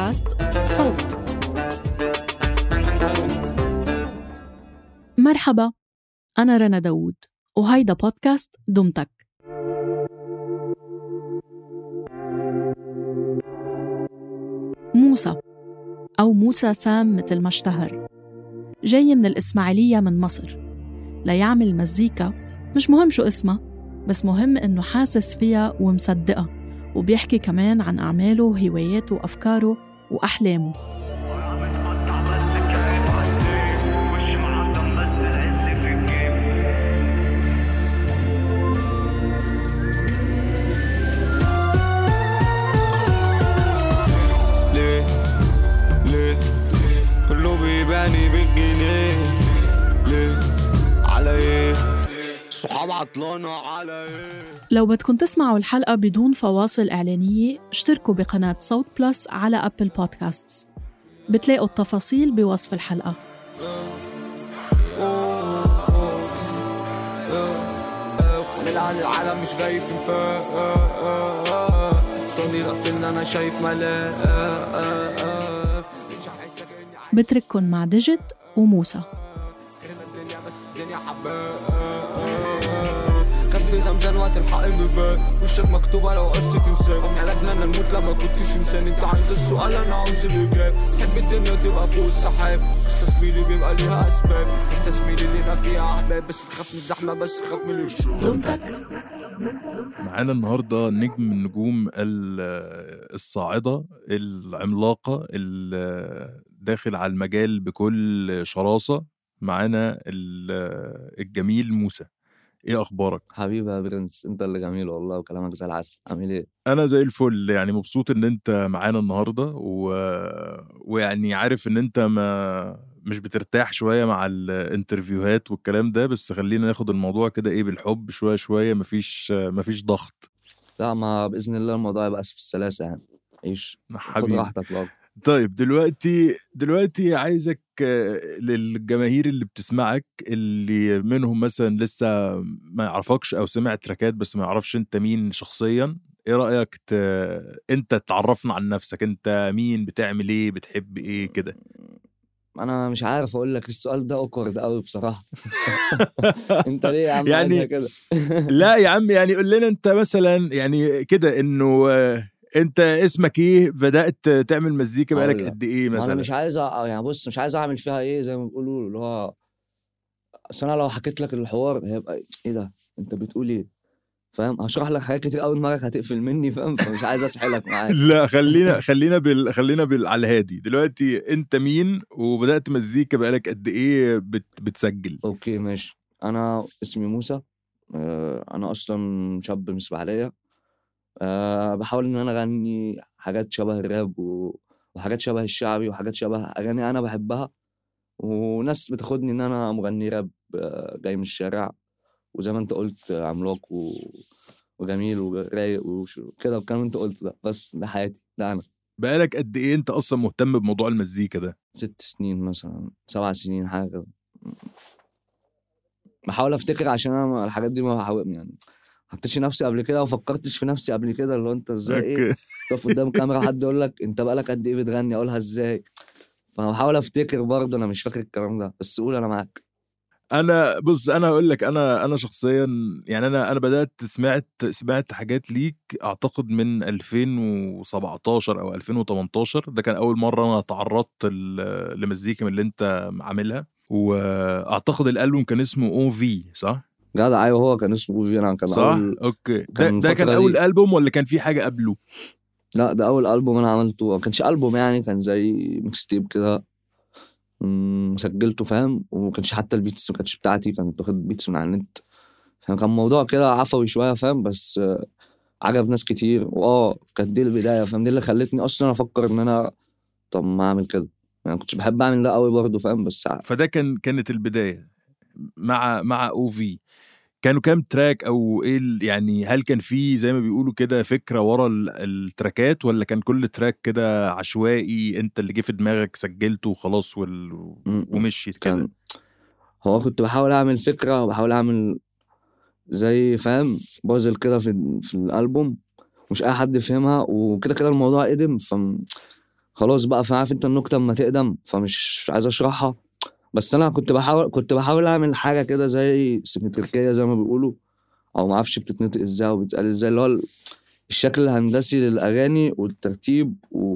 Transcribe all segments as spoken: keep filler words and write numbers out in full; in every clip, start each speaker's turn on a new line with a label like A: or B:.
A: بودكاست صوت. مرحبا، أنا رنا داوود وهيدا بودكاست دمتك. موسى أو موسى سام مثل ما اشتهر جاي من الإسماعيلية من مصر ليعمل مزيكا. مش مهم شو اسمها، بس مهم إنه حاسس فيها ومصدقها، وبيحكي كمان عن أعماله وهواياته وأفكاره وأحلامه.
B: ليه ليه كله بيباني بالجنيه؟ ليه على ايه صحاب عطلانة على ايه؟
A: لو بدكم تسمعوا الحلقة بدون فواصل إعلانية، اشتركوا بقناة صوت بلس على أبل بودكاستس. بتلاقوا التفاصيل بوصف الحلقة.
B: عن العالم مش خايف انفاق، طوني غفلنا انا شايف ملاك.
A: بترككن مع ديجيت وموسى.
B: الدنيا بس الدنيا حباك، خف الغمزان وقت الحقن ببال، وشك مكتوبة لو قصة تنساك. علاجنا انا نموت لما كنتش انسان. انت عايز السؤال انا عاوز الاجابة. تحب الدنيا تبقى فوق السحاب، قصة زميلي بيبقى ليها اسباب. انت زميلي لينا فيها احباب، بس تخاف من الزحمة، بس تخاف من الشغل.
C: معانا النهاردة نجم من نجوم الصاعدة العملاقة اللي داخل على المجال بكل شراسة. معانا الجميل موسى. ايه اخبارك
D: حبيبي يا برنس؟ انت اللي جميل والله، وكلامك زي العسل. عامل ايه؟
C: انا زي الفل، يعني مبسوط ان انت معانا النهارده و... ويعني عارف ان انت ما مش بترتاح شويه مع الانترفيوهات والكلام ده، بس خلينا ناخد الموضوع كده ايه بالحب شويه شويه. مفيش مفيش ضغط.
D: لا، ما باذن الله الموضوع يبقى في السلاسه يعني. عيش خد راحتك بقى.
C: طيب دلوقتي دلوقتي عايزك للجماهير اللي بتسمعك، اللي منهم مثلا لسه ما يعرفكش او سمع تراكات بس ما يعرفش انت مين شخصيا، ايه رأيك ت... انت تعرفنا عن نفسك؟ انت مين؟ بتعمل ايه؟ بتحب ايه كده؟
D: انا مش عارف اقول لك، السؤال ده اوكورد قوي بصراحه. انت ليه يا عم
C: يعني
D: كده؟
C: لا يا عم، يعني قول لنا انت مثلا يعني كده انه انت اسمك ايه، بدأت تعمل مزيكا بقالك قد ايه مثلا؟
D: انا مش عايز أ... يعني بص، مش عايز اعمل فيها ايه زي ما بيقولوا اللي هو، اصل انا لو حكيت لك الحوار هيبقى ايه ده انت بتقول ايه، فاهم؟ هشرح لك حاجات كتير قوي دماغك هتقفل مني، فاهم؟ فمش عايز اسحلك معاك.
C: لا خلينا خلينا بال خلينا بال على الهادي. دلوقتي انت مين وبدأت مزيكا بقالك قد ايه بت... بتسجل؟
D: اوكي ماشي. انا اسمي موسى. انا اصلا شاب من اسماعيليه. أه بحاول ان انا اغني حاجات شبه الراب و... وحاجات شبه الشعبي وحاجات شبه اغاني انا بحبها، وناس بتاخدني ان انا مغني راب جاي من الشارع، وزي ما انت قلت عملاق و... وجميل ورايق وكده والكلام انت قلت ده. بس ده حياتي، ده انا.
C: بقالك قد ايه انت اصلا مهتم بموضوع المزيكا ده؟
D: ست سنين مثلا، سبع سنين حاجه كده. بحاول افتكر عشان انا الحاجات دي ما بحاول يعني حطيتش نفسي قبل كده وفكرتش في نفسي قبل كده، اللي هو انت ازاي ايه تقف قدام الكاميرا حد يقول لك انت بقالك قد ايه بتغني، اقولها ازاي؟ فانا بحاول افتكر برضه، انا مش فاكر الكلام ده، بس قول انا معاك.
C: انا بص، انا هقول لك، انا انا شخصيا يعني انا انا بدات سمعت سمعت حاجات ليك اعتقد من ألفين وسبعتاشر او ألفين وتمنتاشر. ده كان اول مره انا تعرضت لمزيكا من اللي انت عاملها، واعتقد الالبوم كان اسمه او في، صح؟
D: جدع ايوه، هو كان اسمه او في. انا كان
C: صح؟
D: اول
C: اوكي. ده ده كان اول دي. ألبوم ولا كان في حاجه قبله؟
D: لا ده اول ألبوم انا عملته. ما كانش ألبوم يعني، كان زي ميكس تيب كده سجلته، فاهم؟ وما كانش حتى البيتس ما كانتش بتاعتي، كانت واخد بيتس من على النت. كان موضوع كده عفوي شويه، فاهم؟ بس عجب ناس كتير، واه كانت دي البدايه، فاهم؟ دي اللي خلتني اصلا افكر ان انا طب ما اعمل كده. يعني كنتش بحب اعمل ده قوي برضه، فاهم؟ بس
C: فده كان كانت البدايه مع مع او في. كانوا كام تراك او ايه يعني؟ هل كان في زي ما بيقولوا كده فكره ورا التراكات، ولا كان كل تراك كده عشوائي انت اللي جه في دماغك سجلته وخلاص وال... ومشيت كده؟
D: هو كنت بحاول اعمل فكره وبحاول اعمل زي فاهم بازل كده في في الالبوم، مش اي حد يفهمها، وكده كده الموضوع قدم، ف خلاص بقى، فعارف انت النكته اما تقدم، فمش عايز اشرحها. بس انا كنت بحاول كنت بحاول اعمل حاجه كده زي سيمتريكيه زي ما بيقولوا، او ما اعرفش بتتنطق ازاي او بتتقال ازاي، اللي هو الشكل الهندسي للاغاني والترتيب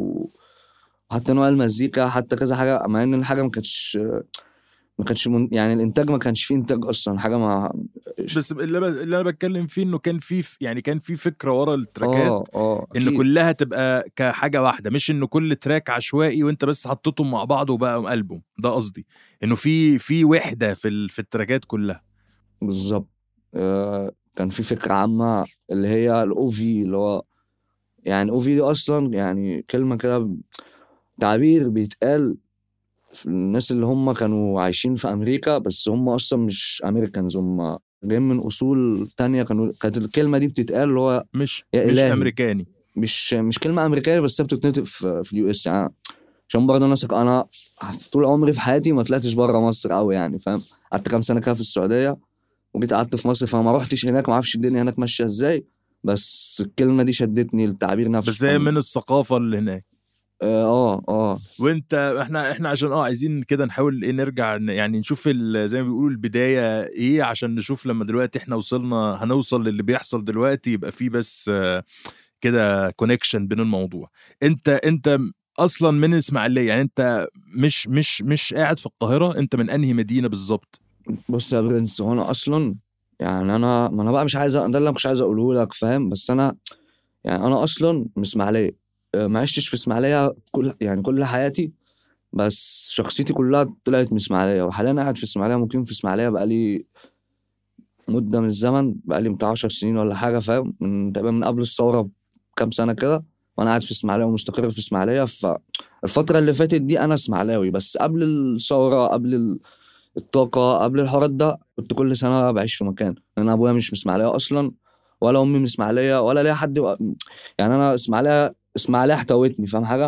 D: وحتى نوع المزيكا، حتى كذا حاجه، مع ان الحاجه ما كانتش ما كانش من... يعني الانتاج ما كانش فيه انتاج اصلا حاجه ما.
C: بس اللي, ب... اللي انا بتكلم فيه انه كان في يعني كان في فكره ورا التراكات،
D: اه اه
C: ان
D: أكيد.
C: كلها تبقى كحاجه واحده، مش انه كل تراك عشوائي وانت بس حطيتهم مع بعض وبقى ألبوم. ده قصدي انه في في وحده في ال... في التراكات كلها.
D: بالظبط. آه كان في فكره عامه اللي هي الاو في، اللي هو يعني او في دي اصلا يعني كلمه كده، تعبير بيتقال في الناس اللي هم كانوا عايشين في امريكا، بس هم اصلا مش امريكانز، هم جايين من اصول تانية. كانوا كانت الكلمه دي بتتقال اللي هو
C: مش
D: يا
C: مش
D: الهي.
C: امريكاني،
D: مش مش كلمه امريكيه، بس هي بتتنطق في في اليو اس يعني. عشان برضه ناسك انا طول عمري في حياتي ما طلعتش بره مصر قوي يعني، فاهم؟ قعدت كام سنه كده في السعوديه، وجيت قعدت في مصر، فما روحتش هناك، ما اعرفش الدنيا هناك ماشيه ازاي. بس الكلمه دي شدتني، التعبير نفسه
C: بس هي
D: كان
C: من الثقافه اللي هناك.
D: اه اه
C: وانت احنا احنا عشان اه عايزين كده نحاول ايه نرجع ن- يعني نشوف ال- زي ما بيقولوا البدايه ايه، عشان نشوف لما دلوقتي احنا وصلنا هنوصل للي بيحصل دلوقتي، يبقى فيه بس آه، كده كونكشن بين الموضوع. انت انت اصلا من اسماعيليه، يعني انت مش مش مش قاعد في القاهره، انت من انهي مدينه بالظبط؟
D: بص يا برنس، هو انا اصلا يعني انا ما انا بقى مش عايز أ- ده اللي انا مش عايز اقوله لك، فاهم؟ بس انا يعني انا اصلا من اسماعيليه. آه، ما عشتش في اسماعيليه كل يعني كل حياتي، بس شخصيتي كلها طلعت من اسماعيليه، وحاليا قاعد في اسماعيليه، مقيم في اسماعيليه بقالي مده من الزمن، بقالي بتاع عشر سنين ولا حاجه، فاهم؟ من تقريبا من قبل الثوره بكام سنه كده، وانا قاعد في اسماعيليه ومستقر في اسماعيليه. فالفتره اللي فاتت دي انا اسماعيلاوي، بس قبل الثوره، قبل ال... الطاقة، قبل الحوارات ده، كنت كل سنة بعيش في مكان. أنا أبويا مش من إسماعيلية أصلا، ولا أمي من إسماعيلية، ولا ليا حد و... يعني أنا إسماعيلية إسماعيلية احتوتني، فاهم حاجة؟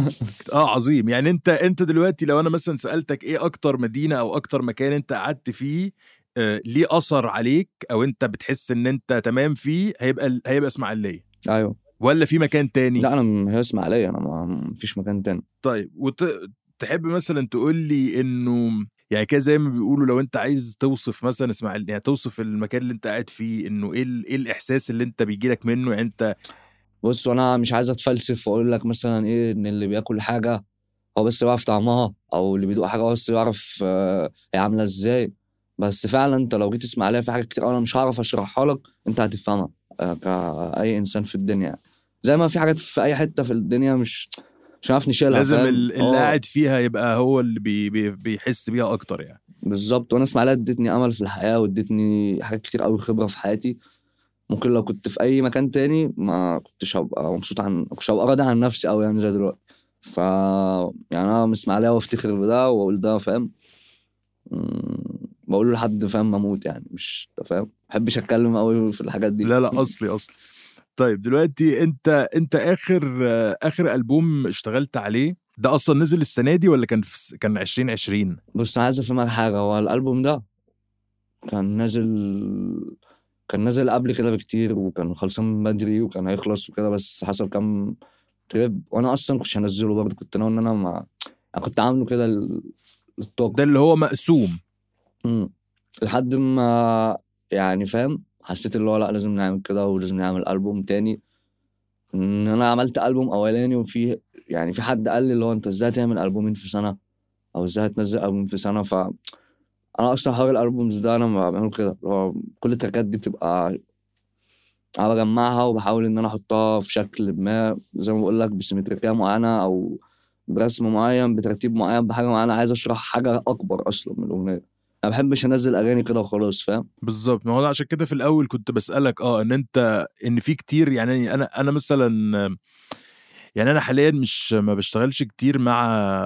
C: اه عظيم. يعني انت انت دلوقتي لو انا مثلا سالتك ايه اكتر مدينه او اكتر مكان انت قعدت فيه آه ليه اثر عليك، او انت بتحس ان انت تمام فيه، هيبقى هيبقى اسماعيليه
D: أيوه.
C: ولا في مكان تاني؟
D: لا أنا م- هي إسماعيلية، أنا ما مفيش مكان تاني.
C: طيب وتحب مثلا تقول لي انه يعني كده زي ما بيقولوا، لو انت عايز توصف مثلا اسماعيل، يعني توصف المكان اللي انت قاعد فيه، انه ايه ال- ايه الاحساس اللي انت بيجيلك منه؟ يعني انت
D: بص، أنا مش عايز أتفلسف وأقول لك مثلا إيه، إن اللي بياكل حاجة هو بس بيعرف طعمها، أو اللي بيدوق حاجة هو بس بيعرف آه، هي عاملة إزاي. بس فعلا أنت لو جيت إسماعيلية في حاجات كتير أوي أنا مش هعرف أشرحها لك، أنت هتفهمها آه، كأي إنسان في الدنيا يعني. زي ما في حاجات في أي حتة في الدنيا مش مش هنعرف نشيلها،
C: لازم
D: فاهم؟
C: ال- اللي
D: اه
C: قاعد فيها يبقى هو اللي بي بي بيحس بيها اكتر يعني.
D: بالظبط. وانا اسماعيليه ادتني امل في الحياه، وادتني حاجات كتير قوي، خبره في حياتي. ممكن لو كنت في اي مكان تاني ما كنتش هبقى مبسوط، عن ما كنتش هبقى راضي عن نفسي قوي يعني زي دلوقتي. ف يعني انا من اسماعيليه وافتخر بده واقول ده، فاهم؟ مم، بقول لحد فاهم اموت يعني، مش أنت فاهم، ما بحبش اتكلم قوي في الحاجات دي.
C: لا لا اصلي اصلي. طيب دلوقتي انت انت اخر اخر البوم اشتغلت عليه ده اصلا نزل السنه دي ولا كان في كان عشرين عشرين؟
D: بص انا عايز افهمك حاجه، هو الالبوم ده كان نازل كان نازل قبل كده بكتير، وكان خلصان من بدري، وكان هيخلص وكده، بس حصل كام تريب، وانا اصلا كنتش هنزله برضه، كنت ناوي ان انا ما أنا كنت عامله كده لل-
C: ده
D: للطاقه.
C: اللي هو مقسوم.
D: امم لحد ما يعني فاهم، حسيت اللي هو لا، لازم نعمل كده، ولازم نعمل ألبوم تاني. ان انا عملت ألبوم اولاني، وفي يعني في حد قال لي اللي هو انت ازاي تعمل ألبومين في سنه، او ازاي تنزل ألبوم في سنه. ف انا اصلا حوار الألبومز ده انا ما بعمله كده، اللي هو كل التراكات دي بتبقى انا بجمعها، وبحاول ان انا احطها في شكل ما، زي ما بقول لك، بسيمتريكيه معينه، او برسم معين، بترتيب معين، بحاجه معينه، عايز اشرح حاجه اكبر اصلا من الاغنيه. انا ما بحبش انزل اغاني كده وخلاص، فاهم؟
C: بالظبط. ما هو عشان كده في الاول كنت بسالك اه ان انت ان في كتير، يعني انا انا مثلا يعني انا حاليا مش ما بشتغلش كتير مع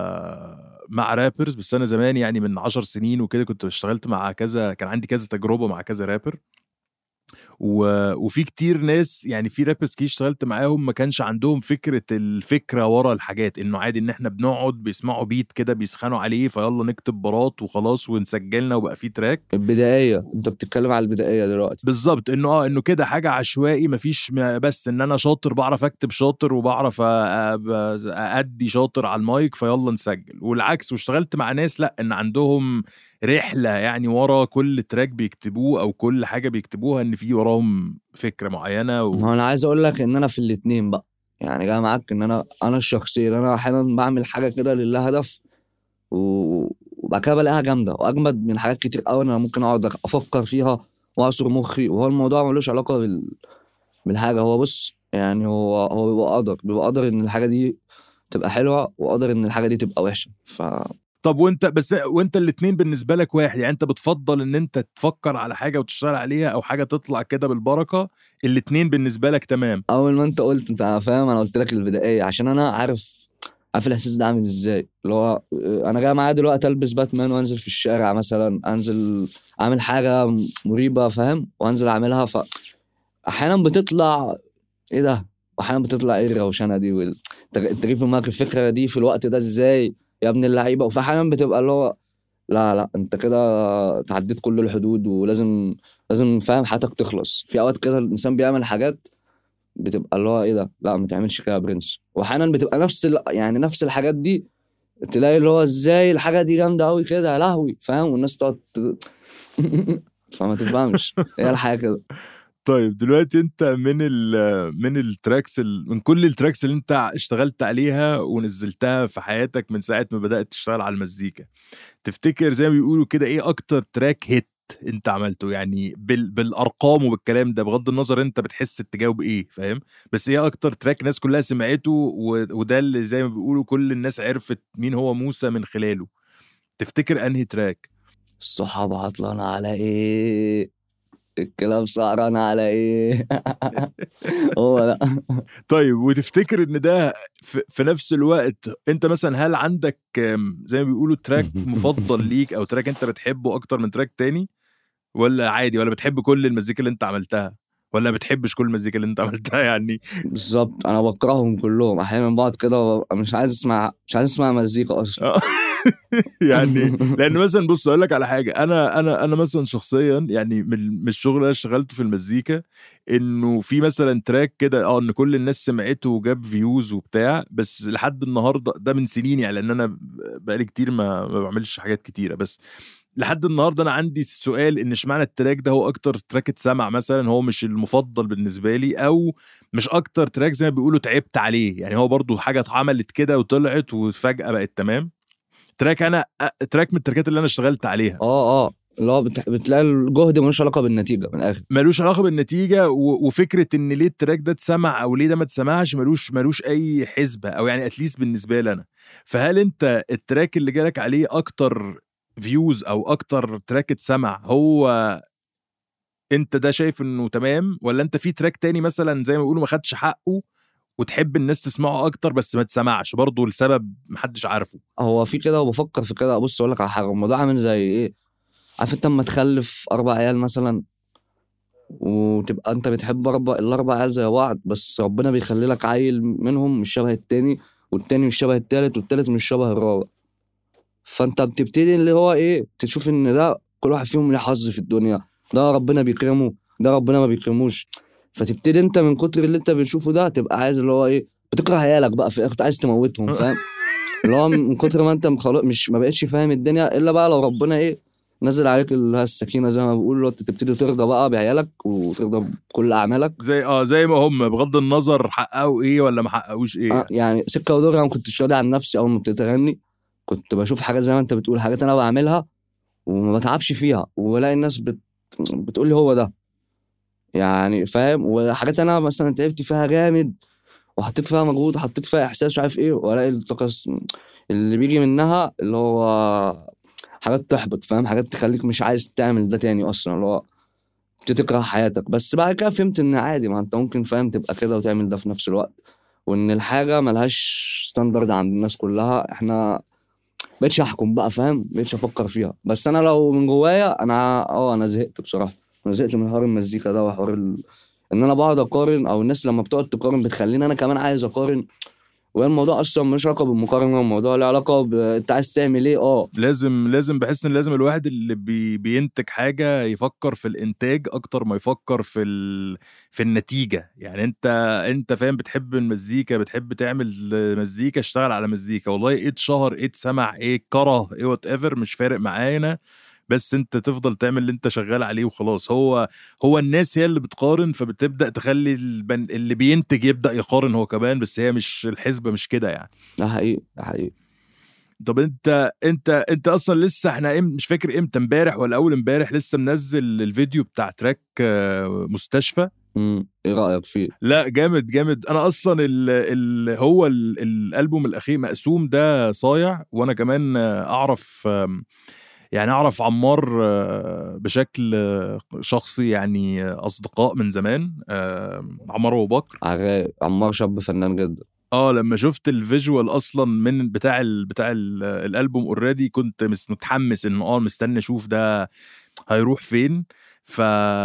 C: مع رابرز، بس انا زمان يعني من عشر سنين وكده كنت اشتغلت مع كذا، كان عندي كذا تجربه مع كذا رابر. و... وفي كتير ناس يعني في رابرز كي اشتغلت معاهم ما كانش عندهم فكرة الفكرة ورا الحاجات، انه عادي ان احنا بنقعد بيسمعوا بيت كده بيسخنوا عليه فيلا نكتب برات وخلاص ونسجلنا وبقى فيه تراك.
D: البدائية، انت بتتكلم على البدائية دلوقتي.
C: بالظبط، انه اه انه كده حاجة عشوائي، مفيش بس ان انا شاطر بعرف اكتب شاطر وبعرف أأدي شاطر على المايك فيلا نسجل، والعكس. واشتغلت مع ناس لا، ان عندهم رحلة يعني ورا كل تراك بيكتبوه او كل حاجة بيكتبوها ان في وراهم فكرة معينة و...
D: ما انا عايز اقول لك ان انا في الاتنين بقى، يعني جاي معاك ان انا انا الشخصية اللي انا احيانا بعمل حاجة كده لله هدف و- وبعد كده بلاقيها جامدة واجمد من حاجات كتير قوي انا ممكن اقعد افكر فيها واعصر مخي، وهو الموضوع ملوش علاقة بال... بالحاجة. هو بص يعني هو هو بيبقى قدر بيبقى قدر ان الحاجة دي تبقى حلوة وقدر ان الحاجة دي تبقى وحشة. ف
C: طب وانت بس وانت الاتنين بالنسبة لك واحد، يعني انت بتفضل ان انت تفكر على حاجة وتشتغل عليها او حاجة تطلع كده بالبركة؟ الاتنين بالنسبة لك تمام؟
D: اول ما انت قلت انت فاهم انا قلت لك البدائية عشان انا عارف عارف الاحساس ده عامل ازاي، اللي هو انا جاي معايا دلوقتي البس باتمان وانزل في الشارع مثلا، انزل اعمل حاجه مريبه فاهم وانزل اعملها، ف احيانا بتطلع ايه ده، واحيانا بتطلع ايه الروشنه دي وال... انت انت جاي في دماغك الفكره دي في الوقت ده ازاي يا ابن اللعيبه. وفي احيانا بتبقى اللي هو لا لا انت كده تعديت كل الحدود ولازم لازم فاهم حياتك تخلص. في اوقات كده الانسان بيعمل حاجات بتبقى اللي هو ايه ده، لا ما تعملش كده يا برنس. واحيانا بتبقى نفس ال... يعني نفس الحاجات دي تلاقي اللي هو ازاي الحاجه دي جامده قوي كده يا لهوي فاهم، والناس تقعد ت- فما تفهمش هي الحاجه كده.
C: طيب دلوقتي انت من ال من التراكس ال من كل التراكس اللي انت اشتغلت عليها ونزلتها في حياتك من ساعة ما بدأت تشتغل على المزيكا، تفتكر زي ما بيقولوا كده ايه اكتر تراك هيت انت عملته؟ يعني بال بالارقام وبالكلام ده بغض النظر انت بتحس تجاوب ايه فاهم، بس ايه اكتر تراك الناس كلها سمعته و... وده اللي زي ما بيقولوا كل الناس عرفت مين هو موسى من خلاله؟ تفتكر انهي تراك؟
D: الصحاب عطلان على ايه، الكلاب سهران على ايه هو ده.
C: طيب وتفتكر ان ده في, في نفس الوقت انت مثلا هل عندك آم، زي ما بيقولوا تراك مفضل ليك او تراك انت بتحبه اكتر من تراك تاني، ولا عادي، ولا بتحب كل المزيكا اللي انت عملتها، ولا بتحبش كل المزيكا اللي انت عملتها يعني؟
D: بالظبط انا بكرههم كلهم، احيانا بقعد كده وببقى مش عايز اسمع مش عايز اسمع مزيكا اصلا.
C: آه. يعني لان مثلا بص اقول لك على حاجه، انا انا انا مثلا شخصيا يعني من من الشغل اللي انا اشتغلته في المزيكا، انه في مثلا تراك كده اه ان كل الناس سمعته وجاب فيوز وبتاع، بس لحد النهارده ده من سنين يعني، لان انا بقالي كتير ما ما بعملش حاجات كتيره، بس لحد النهارده انا عندي سؤال ان اشمعنى التراك ده هو اكتر تراك اتسمع مثلا، هو مش المفضل بالنسبه لي، او مش اكتر تراك زي ما بيقولوا تعبت عليه، يعني هو برضو حاجه اتعملت كده وطلعت وفجاه بقت تمام. تراك انا أ- تراك من التراكات اللي انا اشتغلت عليها
D: اه اه اللي هو بت... بتلاقي الجهد ملوش علاقه بالنتيجه من الاخر.
C: ملوش علاقه بالنتيجه و... وفكره ان ليه التراك ده اتسمع او ليه ده ما اتسمعش ملوش ملوش اي حسبه، او يعني اتليست بالنسبه لي انا. فهل انت التراك اللي جالك عليه اكتر فيوز او اكتر تراك اتسمع هو انت ده شايف انه تمام، ولا انت في تراك تاني مثلا زي ما بيقولوا ما خدش حقه وتحب الناس تسمعه اكتر بس ما تسمعش برضه لسبب محدش عارفه؟
D: هو في كده وبفكر في كده. بص اقول لك على حاجه، الموضوع عامل زي ايه، عارف انت اما تخلف اربع عيال مثلا وتبقى انت بتحب اربع الاربع عيال زي بعض، بس ربنا بيخلي لك عيل منهم مش شبه التاني والتاني مش شبه التالت والتالت مش شبه الرابع، فانت بتبتدي اللي هو ايه تشوف ان ده كل واحد فيهم ليه حظ في الدنيا، ده ربنا بيكرمه ده ربنا ما بيكرموش. فتبتدي انت من كتر اللي انت بتشوفه ده تبقى عايز اللي هو ايه بتكره عيالك بقى في الاخر عايز تموتهم فاهم. اللي هو من كتر ما انت خلاص مش ما بقتش فاهم الدنيا الا بقى لو ربنا ايه نزل عليك اللي هي السكينه زي ما بيقولوا، انت تبتدي ترضى بقى بعيالك وترضى بكل اعمالك.
C: زي اه زي ما هم بغض النظر حققوا ايه ولا ما حققوش ايه
D: آه
C: يعني.
D: يعني سكه ودور. انا ما كنتش راضي عن نفسي اول ما ابتديت اغني، كنت بشوف حاجات زي ما انت بتقول حاجات انا بعملها وما بتعبش فيها والاقي الناس بت... بتقول لي هو ده يعني فاهم، وحاجات انا مثلا تعبت فيها جامد وحطيت فيها مجهود وحطيت فيها احساس مش عارف ايه، والاقي الطاقه اللي بيجي منها اللي هو حاجات تحبط فاهم، حاجات تخليك مش عايز تعمل ده تاني اصلا، اللي هو بتكره حياتك. بس بعد كده فهمت ان عادي، ما انت ممكن فاهم تبقى كده وتعمل ده في نفس الوقت، وان الحاجه ملهاش ستاندرد عند الناس كلها. احنا بقيتش احكم بقى فاهم، بقيتش افكر فيها، بس انا لو من جوايا انا اه انا زهقت بصراحه. انا زهقت من حوار المزيكا ده وحوار ال... ان انا بقعد اقارن، او الناس لما بتقعد تقارن بتخليني انا كمان عايز اقارن. وهي الموضوع اصلا مش علاقه بالمقارنه، الموضوع له علاقه ب... انت عايز تعمل ايه. اه
C: لازم لازم بحس ان لازم الواحد اللي بي بينتج حاجه يفكر في الانتاج اكتر ما يفكر في ال في النتيجه. يعني انت انت فاهم، بتحب المزيكا، بتحب تعمل مزيكا، اشتغل على مزيكا. والله ايه اتشهر، ايه اتسمع، ايه كره، ايه وات ايفر، مش فارق معانا، بس انت تفضل تعمل اللي انت شغال عليه وخلاص. هو هو الناس هي اللي بتقارن، فبتبدا تخلي البن... اللي بينتج يبدا يقارن هو كمان، بس هي مش الحسبه مش كده يعني.
D: ده حقيقي ده حقيقي.
C: طب انت انت انت اصلا لسه احنا ام مش فاكر امتى، امبارح ولا اول امبارح، لسه منزل الفيديو بتاع تراك آه، مستشفى.
D: امم ايه رايك فيه؟
C: لا جامد جامد. انا اصلا ال ال هو ال الالبوم الاخير مقسوم ده صايع، وانا كمان آه، اعرف آم، يعني اعرف عمار آه، بشكل آه، شخصي، يعني آه، اصدقاء من زمان، آه، عمار ابو بكر.
D: عراق عمار شاب فنان جدا.
C: اه لما شفت الفيجوال اصلا من بتاع ال بتاع ال الالبوم اوريدي، كنت مس- متحمس انه اه مستني اشوف ده هيروح فين. ف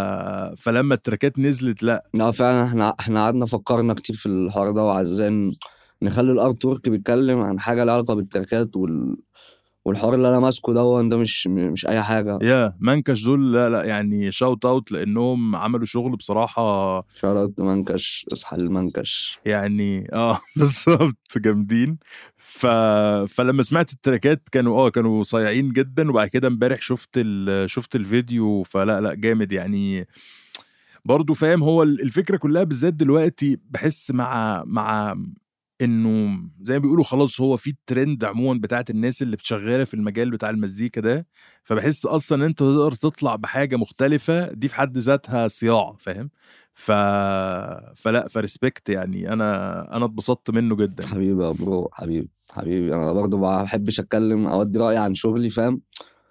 C: فلما التراكات نزلت لا
D: لا فعلا احنا احنا قعدنا فكرنا كتير في الحوار ده، وعايزين نخلي الارت ورك بيتكلم عن حاجه لها علاقه بالتراكات وال... والحوار اللي انا ماسكه ده ده مش مش اي حاجه.
C: يا منكش دول، لا لا يعني شاوت اوت، لانهم عملوا شغل بصراحة
D: شارات منكش، اصحى المنكش.
C: يعني اه بالظبط جامدين. ف... فلما سمعت التراكات كانوا اه كانوا صايعين جدا. وبعد كده امبارح شفت ال... شفت الفيديو، فلا لا جامد يعني برضو فاهم. هو الفكرة كلها بالذات دلوقتي بحس مع مع انه زي ما بيقولوا خلاص هو في الترند عموما بتاعت الناس اللي بتشغله في المجال بتاع المزيكا ده. فبحس اصلا ان انت تقدر تطلع بحاجة مختلفة، دي في حد ذاتها صياعة، فاهم. ف فلا فريسبكت يعني. انا انا اتبسطت منه جدا.
D: حبيبي يا برو، حبيبي حبيبي. انا برضه ما بحبش اتكلم او ادي رايي عن شغلي فاهم.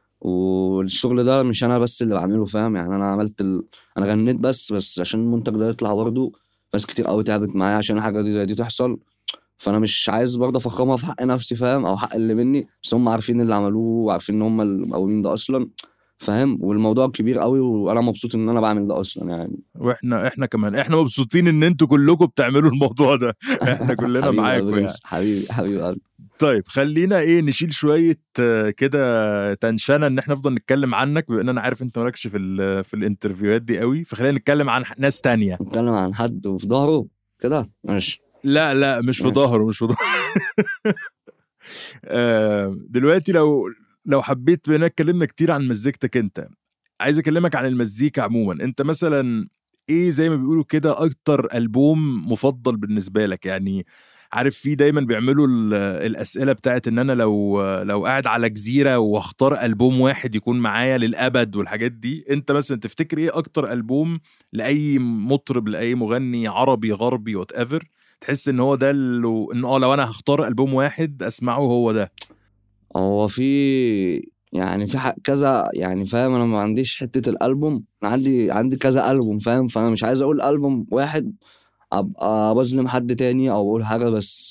D: والشغل ده مش انا بس اللي بعمله فاهم. يعني انا عملت ال... انا غنيت بس بس عشان المنتج ده يطلع برضه. ناس كتير قوي تعبت معايا عشان حاجه دي زي دي تحصل. فانا مش عايز برضه افخمها في حق نفسي فاهم، او حق اللي مني. بس هم عارفين اللي عملوه وعارفين ان هم المقاولين ده اصلا فاهم. والموضوع كبير قوي وانا مبسوط ان انا بعمل ده اصلا يعني.
C: واحنا احنا كمان احنا مبسوطين ان انتوا كلكم بتعملوا الموضوع ده. احنا كلنا
D: حبيبي يا
C: معاكم يعني.
D: برنس، حبيبي حبيبي قلبي.
C: طيب خلينا ايه نشيل شويه آه، كده تنشنه ان احنا نفضل نتكلم عنك، بما ان انا عارف انت مالكش في ال- في الانترفيوهات دي قوي. فخلينا نتكلم عن ناس تانية.
D: نتكلم عن حد وفي ظهره كده ماشي.
C: لا لا مش في
D: ماشي.
C: ظهره، مش في ظهره. آه، دلوقتي لو لو حبيت، بما اننا اتكلمنا كتير عن مزيكتك انت، عايز اكلمك عن المزيكا عموما. انت مثلا ايه زي ما بيقولوا كده اكتر ألبوم مفضل بالنسبة لك؟ يعني عارف في دايما بيعملوا ال- الأسئلة بتاعت ان انا لو لو قاعد على جزيرة واختار ألبوم واحد يكون معايا للأبد والحاجات دي. انت مثلا تفتكر ايه اكتر ألبوم لأي مطرب، لأي مغني عربي غربي وات ايفر، تحس ان هو ده اللي ان اه لو انا هختار ألبوم واحد اسمعه هو ده؟
D: هو في يعني في حق كذا يعني فاهم. انا ما عنديش حتة الالبوم، انا عندي عندي كذا البوم فاهم. فانا مش عايز اقول البوم واحد ابقى بظلم حد تاني او اقول حاجة. بس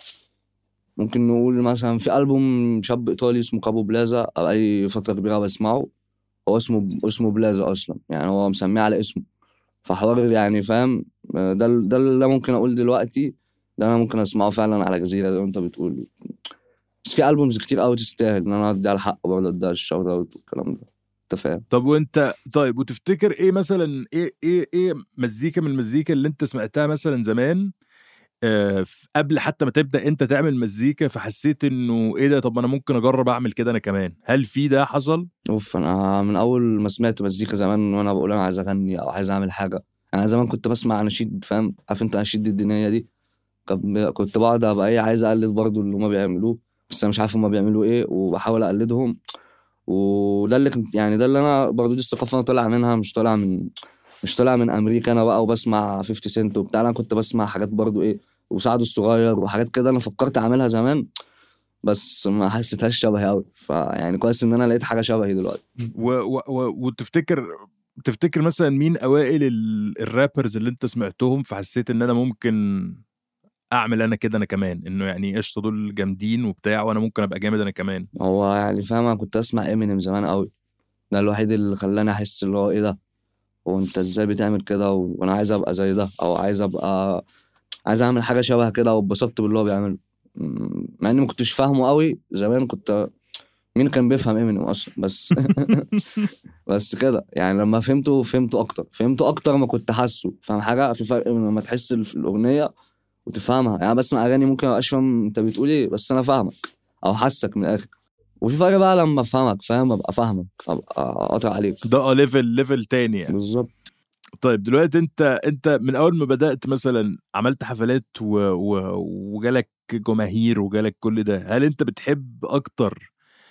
D: ممكن نقول مثلا في البوم شاب ايطالي اسمه كابو بلازا، اي فترة كبيرة بسمعه. هو اسمه اسمه بلازا اصلا يعني، هو مسميه على اسمه. فحوار يعني فاهم. ده ده اللي ممكن اقول دلوقتي. ده انا ممكن اسمعه فعلا على جزيرة زي ما انت بتقول. بس في البومز كتير قوي تستاهل ان انا ادي على الحق برضه، ادي على الشوت اوت والكلام ده. انت فاهم.
C: طب وانت طيب وتفتكر ايه مثلا، ايه ايه ايه مزيكا من المزيكا اللي انت سمعتها مثلا زمان آه ف- قبل حتى ما تبدأ انت تعمل مزيكا، فحسيت انه ايه ده، طب انا ممكن اجرب اعمل كده انا كمان؟ هل في ده حصل؟
D: اوف، انا من اول ما سمعت مزيكا زمان وانا بقول انا عايز اغني او عايز اعمل حاجه. انا زمان كنت بسمع نشيد فاهم. عارف انت نشيد الدينيه دي. كب- كنت بقعد ابقى ايه عايز اقلد برضه اللي هما بيعملوه. بس انا مش عارف هما بيعملوا ايه وبحاول اقلدهم. وده اللي كنت يعني ده اللي انا برضه دي الثقافه انا طالع منها. مش طالع من مش طالع من امريكا انا بقى وبسمع خمسين سنت وبتاع. انا كنت بسمع حاجات برضه ايه وسعد الصغير وحاجات كده. انا فكرت اعملها زمان بس ما حسيتهاش شبهي قوي. فيعني كويس ان انا لقيت حاجه شبهي دلوقتي.
C: و و و وتفتكر تفتكر مثلا مين اوائل ال- الرابرز اللي انت سمعتهم فحسيت ان انا ممكن اعمل انا كده انا كمان، انه يعني قشطه دول جامدين وبتاع وانا ممكن ابقى جامد انا كمان؟
D: هو يعني فاهم. انا كنت اسمع امينيم زمان قوي. ده الوحيد اللي خلاني احس اللي هو ايه ده. هو انت ازاي بتعمل كده، وانا عايز ابقى زي ده، او عايز ابقى عايز اعمل حاجه شبه كده، واتبسطت باللي هو بيعمله. م- مع اني ما كنتش فاهمه قوي زمان، كنت مين كان بيفهم امينيم اصلا؟ بس بس كده يعني لما فهمته فهمته اكتر فهمته اكتر ما كنت حاسه. فاهم حاجه؟ في فرق بين لما تحس في الاغنيه وتفهمها. يعني بسمع اغاني ممكن مبقاش فاهم انت بتقول ايه، بس انا فاهمك او حاسك من الاخر. وفي فرق بقى لما افهمك، فاهم، ابقى فاهمك، ابقى قاطع عليك.
C: ده ليفل ليفل تاني يعني.
D: بالظبط.
C: طيب دلوقتي انت انت من اول ما بدأت مثلا عملت حفلات و... و... وجالك جماهير وجالك كل ده، هل انت بتحب اكتر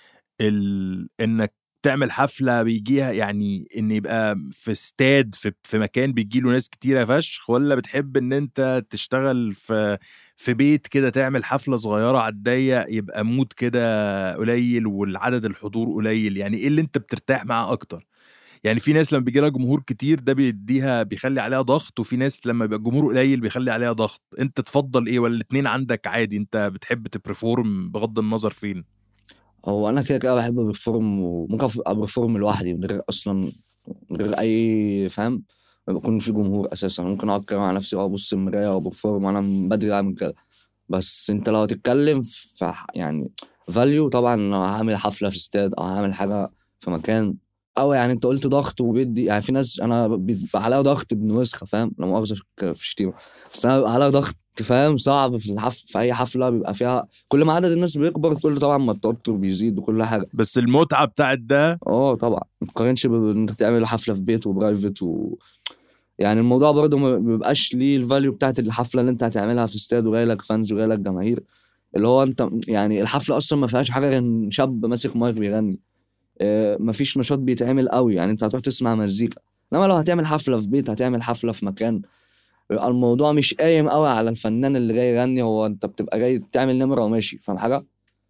C: ال... انك تعمل حفلة بيجيها يعني ان يبقى في استاد في, في مكان بيجيله ناس كتيرة فشخ، ولا بتحب ان انت تشتغل في في بيت كده تعمل حفلة صغيرة على الضيق يبقى مود كده قليل والعدد الحضور قليل؟ يعني ايه اللي انت بترتاح معاه اكتر؟ يعني في ناس لما بيجي لها جمهور كتير ده بيديها بيخلي عليها ضغط، وفي ناس لما يبقى الجمهور قليل بيخلي عليها ضغط. انت تفضل ايه، ولا الاتنين عندك عادي انت بتحب تبرفورم بغض النظر فين؟
D: هو انا كده كده بحب برفورم، وممكن ابقى برفورم لوحدي من غير اصلا، من غير اي فاهم، بكون في جمهور اساسا. ممكن اقعد كده مع نفسي وابص المرايه وبرفورم، وانا من بدري اعمل كده. بس انت لو هتتكلم في ح- يعني فاليو، طبعا لو هعمل حفله في استاد او هعمل حاجه في مكان، او يعني انت قلت ضغط وبيدي، يعني في ناس انا بيبقى عليها ضغط ابن وسخه، فاهم، لا مؤاخذه في الك- في الشتيمه، بس انا بيبقى عليها ضغط، فاهم، صعب في الحف في اي حفله بيبقى فيها. كل ما عدد الناس بيكبر، كل طبعا ما التوتر بيزيد وكل حاجه.
C: بس المتعة بتاعت ده
D: اه طبعا ما تقارنش بانك تعمل حفله في بيت وبرايفت و... يعني الموضوع برضه ما بيبقاش ليه الفاليو بتاعت الحفله اللي انت هتعملها في استاد وجاي لك فانز وجاي لك جماهير. اللي هو انت يعني الحفله اصلا ما فيهاش حاجه غير شاب ماسك مايك بيغني. اه ما فيش نشاط بيتعمل قوي، يعني انت هتروح تسمع مزيكا. انما لو هتعمل حفله في بيت، هتعمل حفله في مكان، يبقى الموضوع مش قايم قوي على الفنان اللي جاي يغني. هو انت بتبقى جاي تعمل نمره وماشي، فاهم حاجه؟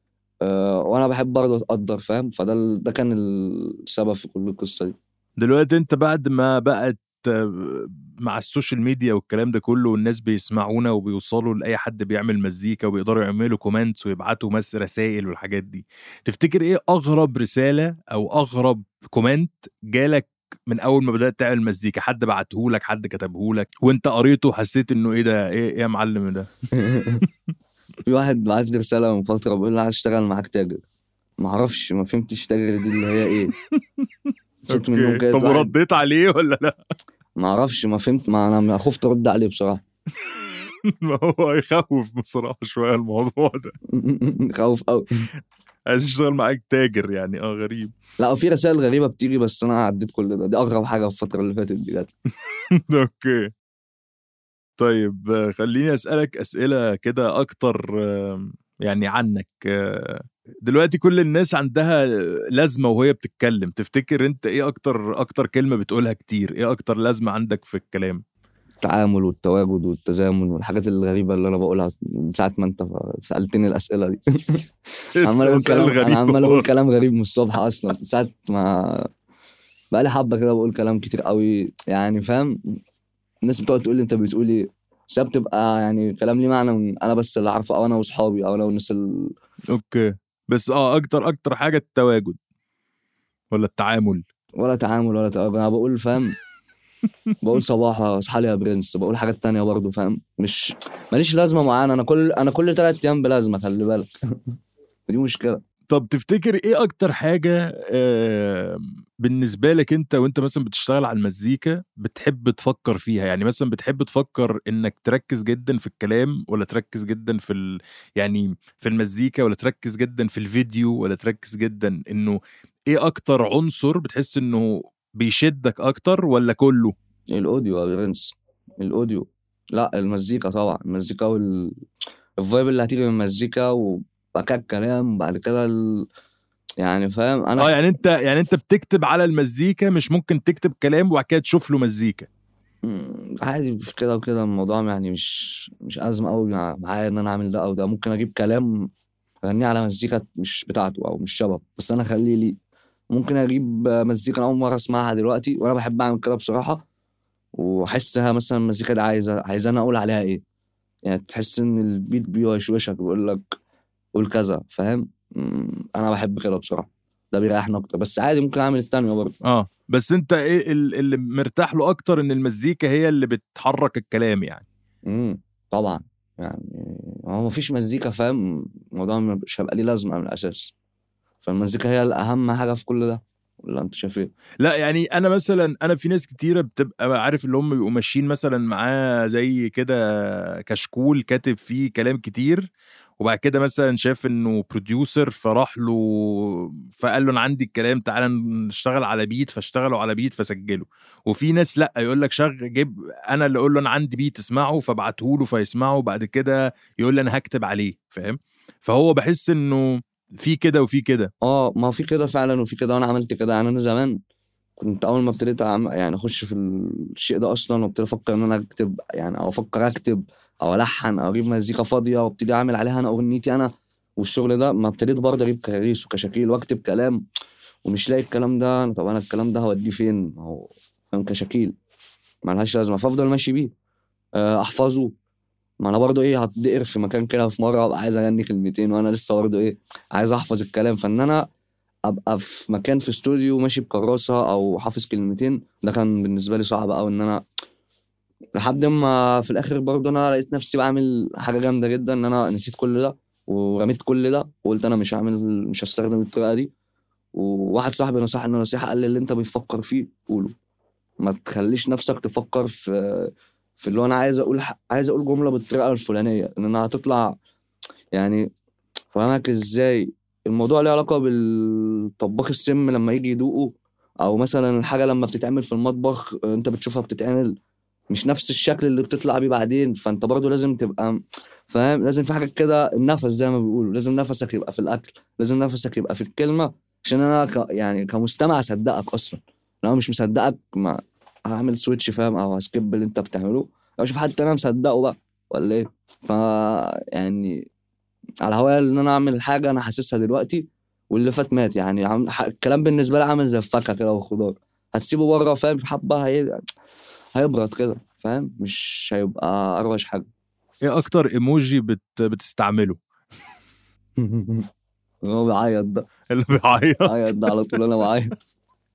D: اه وانا بحب برضه اتقدر، فاهم، فده ال- ده كان السبب في كل القصه دي.
C: دلوقتي انت بعد ما بقت آه، مع السوشيال ميديا والكلام ده كله، والناس بيسمعونا وبيوصلوا لأي حد بيعمل مزيكا وبيقدروا يعملوا كومنتس ويبعتوا مس رسائل والحاجات دي، تفتكر ايه أغرب رسالة أو أغرب كومنت جالك من أول ما بدأت تعمل مزيكا؟ حد بعتهولك، حد كتبهولك وانت قريته وحسيت انه ايه ده، ايه ايه يا معلم ده؟
D: في واحد بعت لي رساله من فتره بيقول لي عايز اشتغل معاك تاجر. ما اعرفش، ما فهمتش تاجر دي اللي هي ايه. نسيت منهم
C: اوكي،
D: كده
C: طب
D: واحد.
C: ورديت عليه ولا لا؟
D: ما اعرفش، ما فهمت، ما انا ما خفت ارد عليه بصراحه.
C: ما هو يخوف بصراحة شوية الموضوع ده.
D: خوف قوي.
C: عايز يشتغل معاك تاجر يعني، اه غريب.
D: لا وفي رسائل غريبه بتيجي، بس انا عديت كل ده. دي اغرب حاجه في الفتره اللي فاتت دي جت.
C: اوكي طيب، آه، خليني أسألك أسئلة كده أكتر آه، يعني عنك. آه، دلوقتي كل الناس عندها لازمة وهي بتتكلم، تفتكر أنت إيه أكتر أكتر كلمة بتقولها كتير؟ إيه أكتر لازمة عندك في الكلام؟
D: التعامل والتواجد والتزامن والحاجات الغريبه اللي انا بقولها من ساعه ما انت سالتني الاسئله دي. عمال اقول
C: سؤال
D: كلام، انا
C: غريب
D: عمال اقول
C: والله.
D: كلام غريب من الصبح اصلا، من ساعه ما بقالي حبه كده بقول كلام كتير قوي، يعني فاهم. الناس بتقعد تقول لي انت بتقول ايه، بس هي بتبقى يعني كلام ليه معنى من انا بس اللي عارفه، او انا واصحابي، او انا والناس ال...
C: أوكي، بس اه أكتر أكتر حاجة التواجد ولا التعامل؟
D: ولا تعامل ولا تقابل. انا بقول فاهم، بقول صباح اصحى لي يا برنس، بقول حاجات تانية برضه، فاهم، مش ماليش لازمه معانا. انا كل انا كل ثلاث ايام بلازمه، خلي بالك. دي مشكله.
C: طب تفتكر ايه اكتر حاجة آه، بالنسبة لك انت وانت مثلا بتشتغل على المزيكا بتحب تفكر فيها؟ يعني مثلا بتحب تفكر انك تركز جدا في الكلام، ولا تركز جدا في ال... يعني في المزيكا، ولا تركز جدا في الفيديو، ولا تركز جدا انه ايه اكتر عنصر بتحس انه بيشدك اكتر، ولا كله؟
D: الاوديو يا برنس، الاوديو. لا المزيكا طبعا، المزيكا وال الفايب اللي هتيجي من المزيكا، وبعد كده الكلام، بعد كده ال... يعني فاهم انا.
C: اه يعني انت يعني انت بتكتب على المزيكا، مش ممكن تكتب كلام وبعد كده تشوف له مزيكا؟
D: مم، عادي في كده وكده. الموضوع يعني مش مش أزمة قوي معايا إن أنا أعمل ده أو ده. ممكن أجيب كلام أغنيه على مزيكا مش بتاعته أو مش شبه، بس أنا أخليه لي. ممكن أجيب مزيكا أنا أول مرة أسمعها دلوقتي، وأنا بحب أعمل كده بصراحة، وأحسها مثلا المزيكا دي عايزة عايزة أنا أقول عليها إيه. يعني تحس إن البيت بيوشوشك بيقول لك قول كذا، فاهم. مم، أنا بحب كده بصراحة، ده بيريحني أكتر. بس عادي ممكن أعمل التانية برضه.
C: اه بس انت ايه اللي مرتاح له اكتر، ان المزيكا هي اللي بتحرك الكلام يعني؟
D: امم طبعا يعني هو مفيش مزيكا فاهم الموضوع مش هيبقى ليه لازمه من الاساس، فالمزيكا هي الاهم حاجه في كل ده، ولا انت شايف ايه؟
C: لا يعني انا مثلا، انا في ناس كتيره بتبقى عارف اللي هم بيبقوا ماشيين مثلا معاه زي كده كشكول كاتب فيه كلام كتير، وبعد كده مثلا شاف انه بروديوسر فراح له فقال له انا عندي الكلام تعالى نشتغل على بيت، فاشتغلوا على بيت فسجلوا. وفي ناس لا يقول لك شغل جيب انا اللي اقول له انا عندي بيت اسمعه فابعته له فيسمعه، وبعد كده يقول لي انا هكتب عليه، فاهم؟ فهو بحس انه في كده وفي كده.
D: اه ما في كده فعلا وفي كده، وانا عملت كده يعني. انا زمان كنت اول ما ابتديت أعم- يعني اخش في الشيء ده اصلا، وابتدي افكر ان انا اكتب يعني، او افكر اكتب او الحن او اجيب مزيكا فاضيه وابتدي اعمل عليها انا اغنيتي انا والشغل ده. ما ابتديت برضه اجيب كراريس وكشاكيل واكتب كلام ومش لاقي الكلام ده. طب انا الكلام ده هوديه فين؟ ما هو فاهم كشاكيل ملهاش لازمه، فافضل ماشي بيه آه، احفظه. ما انا برضه ايه هتدقر في مكان كده في مره ابقى عايز اغني كلمتين وانا لسه برضه ايه عايز احفظ الكلام. فان انا ابقى في مكان في استوديو ماشي بكراسه او حافظ كلمتين، ده كان بالنسبه لي صعب قوي. ان انا لحد ما في الاخر برضه انا لقيت نفسي بعمل حاجه جامده جدا، ان انا نسيت كل ده ورميت كل ده وقلت انا مش هعمل مش هستخدم الطريقه دي. وواحد صاحبي نصحني نصيحه، قال لي اللي انت بتفكر فيه قوله، ما تخليش نفسك تفكر في في اللي هو انا عايز اقول عايز اقول جمله بالطريقه الفلانيه ان انا هتطلع يعني. فاهمك ازاي؟ الموضوع له علاقه بالطباخ السم لما يجي يدوقه، او مثلا الحاجه لما بتتعمل في المطبخ انت بتشوفها بتتعمل مش نفس الشكل اللي بتطلع بيه بعدين، فانت برضو لازم تبقى فاهم. لازم في حاجه كده النفس زي ما بيقولوا، لازم نفسك يبقى في الاكل، لازم نفسك يبقى في الكلمه، عشان انا ك... يعني كمستمع اصدقك اصلا. لو مش مصدقك ما هعمل سويتش فاهم، او هسكيب اللي انت بتعمله او اشوف حد انا مصدقه بقى ولا ايه. ف يعني على هوايا ان انا اعمل حاجه انا حاسسها دلوقتي، واللي فات مات يعني. عم... ح- الكلام بالنسبه لي عامل زي الفاكهه كده والخضار، هتسيبه بره فاهم حبه هي... هيبرد كده فاهم، مش هيبقى اروش حاجه.
C: ايه اكتر ايموجي بت... بتستعمله؟
D: هو بيعيط ده،
C: اللي بيعيط.
D: عيط ده على طول انا بعيط.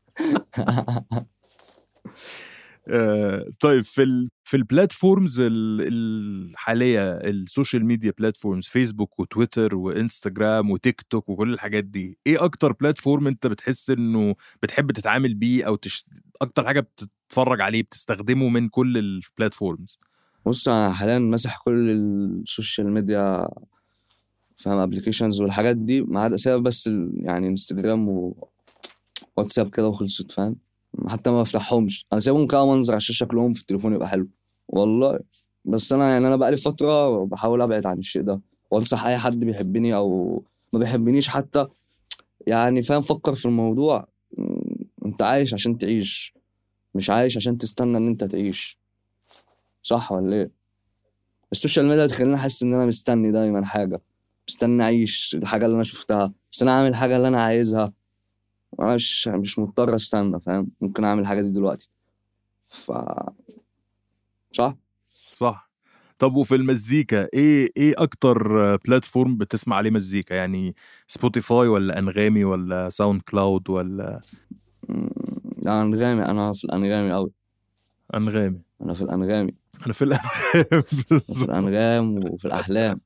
C: آه، طيب في ال في البلاتفورمز ال- الحاليه، السوشيال ميديا بلاتفورمز، فيسبوك وتويتر وانستجرام وتيك توك وكل الحاجات دي، ايه اكتر بلاتفورم انت بتحس انه بتحب تتعامل بيه، او تش... اكتر حاجه بتتفرج عليه بتستخدمه من كل البلاتفورمز؟
D: بص انا حاليا ماسح كل السوشيال ميديا فاهم، ابلكيشنز والحاجات دي، ما عدا سبب بس ال- يعني انستجرام وواتساب كده وخلصت فاهم. حتى ما بفتحهمش، انا سايبهم كده منظر عشان شكلهم في التليفون يبقى حلو والله. بس انا يعني انا بقالي فتره بحاول ابعد عن الشيء ده، وانصح اي حد بيحبني او ما بيحبنيش حتى يعني فاهم، فكر في الموضوع. م، انت عايش عشان تعيش، مش عايش عشان تستنى ان انت تعيش، صح ولا ايه؟ السوشيال ميديا بتخليني احس ان انا مستني دايما حاجه، مستني اعيش الحاجه اللي انا شفتها، بس انا اعمل الحاجه اللي انا عايزها. انا مش مش مضطر استنى فاهم، ممكن اعمل الحاجه دي دلوقتي. ف صح.
C: صح. طب وفي المزيكا ايه ايه اكتر بلاتفورم بتسمع عليه مزيكا؟ يعني سبوتيفاي ولا انغامي ولا ساوند كلاود ولا؟
D: م، انا انغامي، انا في الانغامي قوي.
C: انغامي.
D: انا في الانغامي،
C: انا في الانغام.
D: وفي
C: بالظبط.
D: الانغام وفي الاحلام.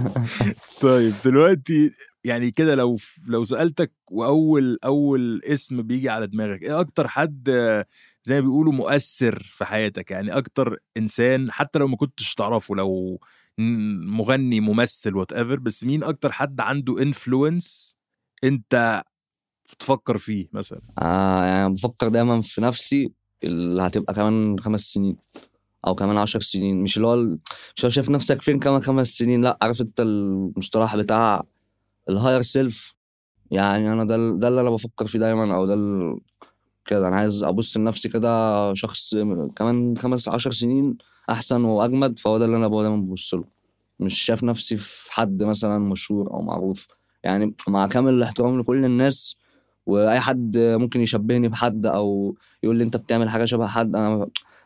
C: طيب دلوقتي يعني كده، لو لو سألتك واول اول اسم بيجي على دماغك، ايه اكتر حد آه، زي ما بيقولوا مؤثر في حياتك؟ يعني اكتر انسان حتى لو ما كنتش تعرفه، لو ن- مغني ممثل وات ايفر، بس مين اكتر حد عنده انفلونس انت تفكر فيه مثلا؟
D: آه يعني بفكر دايما في نفسي اللي هتبقى كمان خمس سنين او كمان عشر سنين، مش اللي هو ال- مش هو شايف نفسك فين كمان خمس سنين، لا عارف انت المصطلح بتاع الهاير سيلف. يعني انا ده ال- ده اللي انا بفكر فيه دايما، او ده ال- كده انا عايز ابص لنفسي كده شخص كمان خمس عشر سنين احسن واجمد. فهو ده اللي انا دايما ببص له، مش شايف نفسي في حد مثلا مشهور او معروف. يعني مع كامل الاحترام لكل الناس، واي حد ممكن يشبهني بحد او يقول لي انت بتعمل حاجه شبه حد، انا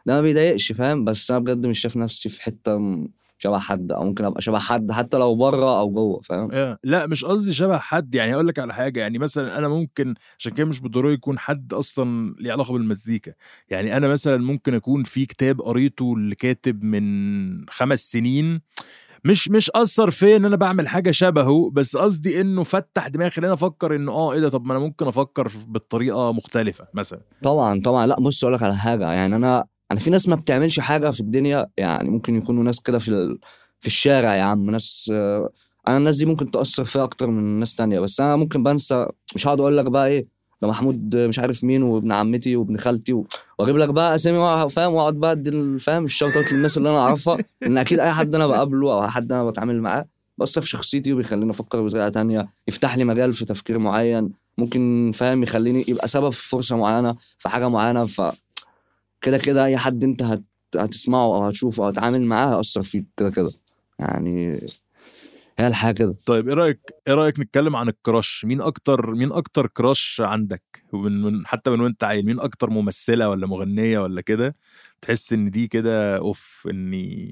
D: ده ما بيضايقش فاهم. بس انا بجد مش شايف نفسي في حته م- شبه حد، او ممكن ابقى شبه حد حتى لو بره او جوه فاهم.
C: آه، لا مش قصدي شبه حد، يعني اقول لك على حاجه، يعني مثلا انا ممكن عشان كده مش بالضروره يكون حد اصلا ليه علاقه بالمزيكا. يعني انا مثلا ممكن اكون في كتاب قريته اللي كاتب من خمس سنين، مش مش اثر فيا ان انا بعمل حاجه شبهه، بس قصدي انه فتح دماغي خلاني افكر انه اه ايه ده، طب ما انا ممكن افكر بالطريقه مختلفه مثلا.
D: طبعا طبعا. لا بص اقول لك على حاجه، يعني انا انا في ناس ما بتعملش حاجه في الدنيا، يعني ممكن يكونوا ناس كده في ال... في الشارع يا عم، ناس آه، انا الناس دي ممكن تاثر فيها اكتر من ناس تانية. بس انا ممكن بنسى، مش هقعد اقول لك بقى ايه ده محمود مش عارف مين وابن عمتي وابن خالتي و... واجيب لك بقى اسامي وأ- فاهم، واقعد بقى ادي ال- فاهم الشوت اوت للناس اللي انا اعرفها، ان اكيد اي حد انا بقابله او حد انا بتعامل معاه بأثر في شخصيتي وبيخليني افكر بطريقه تانية، يفتح لي مجال في تفكير معين، ممكن فاهم يخليني يبقى سبب في فرصه معينه في حاجه معينه. فكده كده اي حد انت هت... هتسمعه او هتشوفه او هتعامل معاه هيأثر فيك كده كده، يعني هي الحاجه كده.
C: طيب ايه رايك ايه رايك نتكلم عن الكراش؟ مين اكتر مين اكتر كراش عندك، ومن من حتى من وانت عيل، مين اكتر ممثله ولا مغنيه ولا كده تحس ان دي كده اوف اني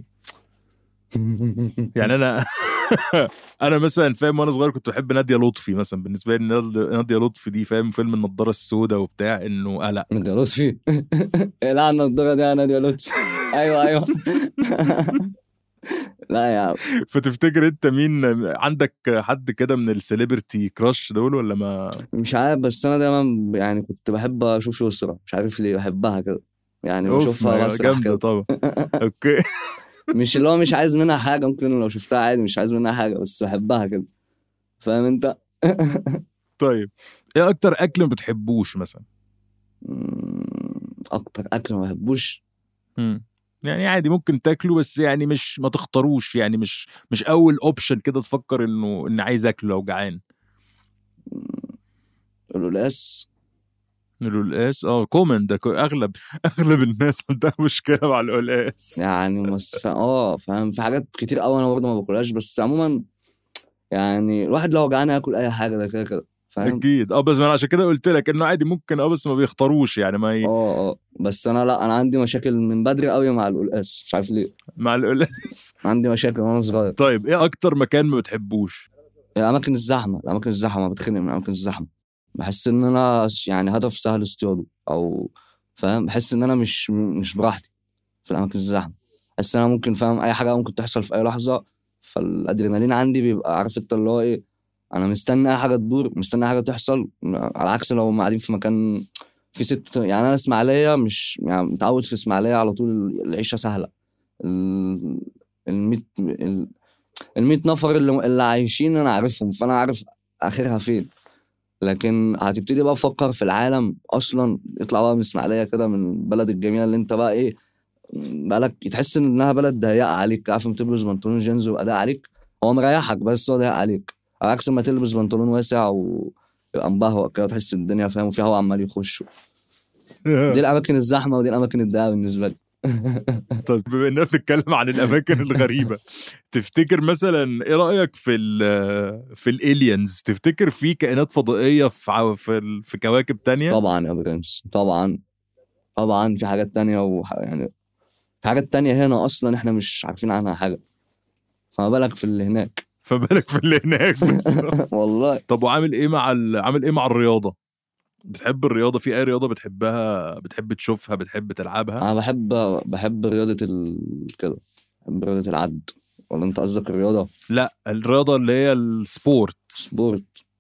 C: يعني انا انا مثلا فاهم وانا صغير كنت بحب نادية لطفي مثلا. بالنسبه لي ناد- نادية لطفي دي فاهم فيلم النضاره السوداء وبتاع انه اه لا
D: نادية لطفي لا النضاره دي يا نادية لطفي ايوه ايوه لا يا عم.
C: فتفتكر انت مين عندك حد كده من السليبرتي كراش دول ولا ما؟
D: مش عارف، بس انا دايما يعني كنت بحب اشوف يسرا، مش عارف ليه بحبها كده، يعني
C: اوف
D: بشوفها
C: ما
D: بسرح
C: جامده
D: كده.
C: طبعا. اوكي.
D: مش اللي هو مش عايز منها حاجه، ممكن لو شفتها عادي مش عايز منها حاجه، بس بحبها كده فاهم انت.
C: طيب ايه اكتر اكل ما بتحبوش مثلا؟
D: مم، اكتر اكل ما بحبوش،
C: مم. يعني عادي ممكن تاكله بس يعني مش ما تختاروش، يعني مش مش اول اوبشن كده تفكر انه ان عايز اكله لو جعان.
D: القلقاس.
C: القلقاس اه كومن ده، كو- اغلب اغلب الناس عندها مشكله مع القلقاس.
D: يعني بس فا... اه فاهم في حاجات كتير قوي انا برضه ما باكلهاش، بس عموما يعني الواحد لو جعان ياكل اي حاجه ده كده كده فاهم.
C: اكيد اه، بس انا عشان كده قلت لك انه عادي ممكن اه، بس ما بيختاروش يعني ما ي...
D: اه اه بس انا لا، انا عندي مشاكل من بدري قوي مع القلقاس، مش عارف ليه،
C: مع القلقاس.
D: عندي مشاكل وانا صغير.
C: طيب ايه اكتر مكان ما بتحبوش؟
D: الاماكن الزحمه، الاماكن الزحمه بتخنق من الاماكن الزحمه، بحس ان انا يعني هدف سهل اصطياده، او فاهم بحس ان انا مش مش براحتي في الاماكن الزحمه. بحس ان انا ممكن فاهم اي حاجه ممكن تحصل في اي لحظه، فالادرينالين عندي بيبقى عارف انت اللي هو ايه، انا مستني اي حاجه تدور، مستني اي حاجه تحصل، على عكس لو هم قاعدين في مكان في ست. يعني انا اسماعيليه مش يعني متعود في اسماعيليه على طول العيشه سهله، ال الميت ال- الميت نفر اللي, اللي عايشين انا عارفهم، فانا عارف اخرها فين. لكن هتبتدي بقى تفكر في العالم اصلا، اطلع بقى من اسماعيليه كده، من البلد الجميله اللي انت بقى ايه بقالك تحس انها بلد ضيقه عليك، عارف لما تلبس بنطلون جينز ويبقى ضيق عليك، هو مريحك بس هو ضيق عليك، على عكس ما تلبس بنطلون واسع ويبقى مبهوأ كده، تحس الدنيا فاهم وفيها هوا عمال يخش. دي الاماكن الزحمه ودي الاماكن الضيقه بالنسبه لي.
C: طيب بما اننا بنتكلم عن الاماكن الغريبه، تفتكر مثلا ايه رايك في ال في الالينز؟ تفتكر في كائنات فضائيه في عو- في, ال- في كواكب تانية؟
D: طبعا يا برنس طبعا، طبعا في حاجات تانية وح... يعني في حاجات تانية هنا اصلا احنا مش عارفين عنها حاجه، فما بالك في اللي هناك.
C: فبالك في اللي هناك بس.
D: والله.
C: طب وعامل ايه مع ال... عامل ايه مع الرياضه؟ بتحب الرياضه؟ في اي رياضه بتحبها، بتحب تشوفها، بتحب تلعبها؟
D: انا بحب بحب رياضه ال... كده، بحب رياضه العد، ولا انت قصدك الرياضه
C: لا الرياضه اللي هي السبورت.
D: سبورت؟